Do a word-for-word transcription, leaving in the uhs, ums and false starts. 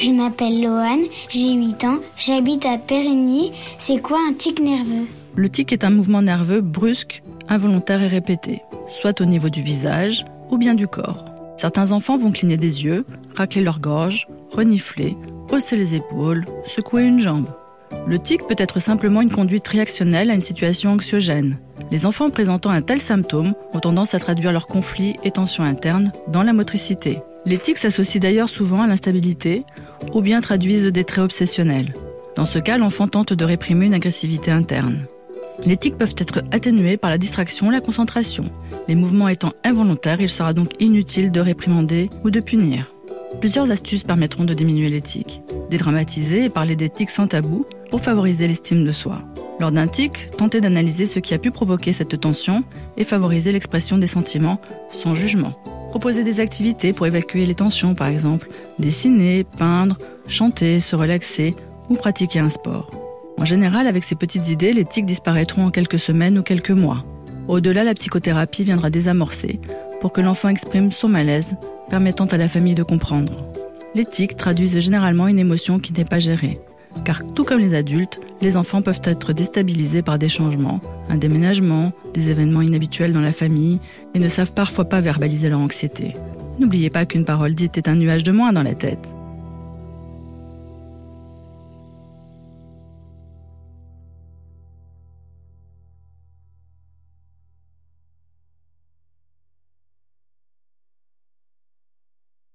Je m'appelle Loane, j'ai huit ans, j'habite à Périgny. C'est quoi un tic nerveux ? Le tic est un mouvement nerveux brusque, involontaire et répété, soit au niveau du visage ou bien du corps. Certains enfants vont cligner des yeux, racler leur gorge, renifler, hausser les épaules, secouer une jambe. Le tic peut être simplement une conduite réactionnelle à une situation anxiogène. Les enfants présentant un tel symptôme ont tendance à traduire leurs conflits et tensions internes dans la motricité. Les tics s'associent d'ailleurs souvent à l'instabilité ou bien traduisent des traits obsessionnels. Dans ce cas, l'enfant tente de réprimer une agressivité interne. Les tics peuvent être atténués par la distraction ou la concentration. Les mouvements étant involontaires, il sera donc inutile de réprimander ou de punir. Plusieurs astuces permettront de diminuer les tics. Dédramatiser et parler des tics sans tabou pour favoriser l'estime de soi. Lors d'un tic, tentez d'analyser ce qui a pu provoquer cette tension et favoriser l'expression des sentiments sans jugement. Proposez des activités pour évacuer les tensions, par exemple dessiner, peindre, chanter, se relaxer ou pratiquer un sport. En général, avec ces petites idées, les tics disparaîtront en quelques semaines ou quelques mois. Au-delà, la psychothérapie viendra désamorcer pour que l'enfant exprime son malaise, permettant à la famille de comprendre. Les tics traduisent généralement une émotion qui n'est pas gérée. Car tout comme les adultes, les enfants peuvent être déstabilisés par des changements, un déménagement, des événements inhabituels dans la famille et ne savent parfois pas verbaliser leur anxiété. N'oubliez pas qu'une parole dite est un nuage de moins dans la tête.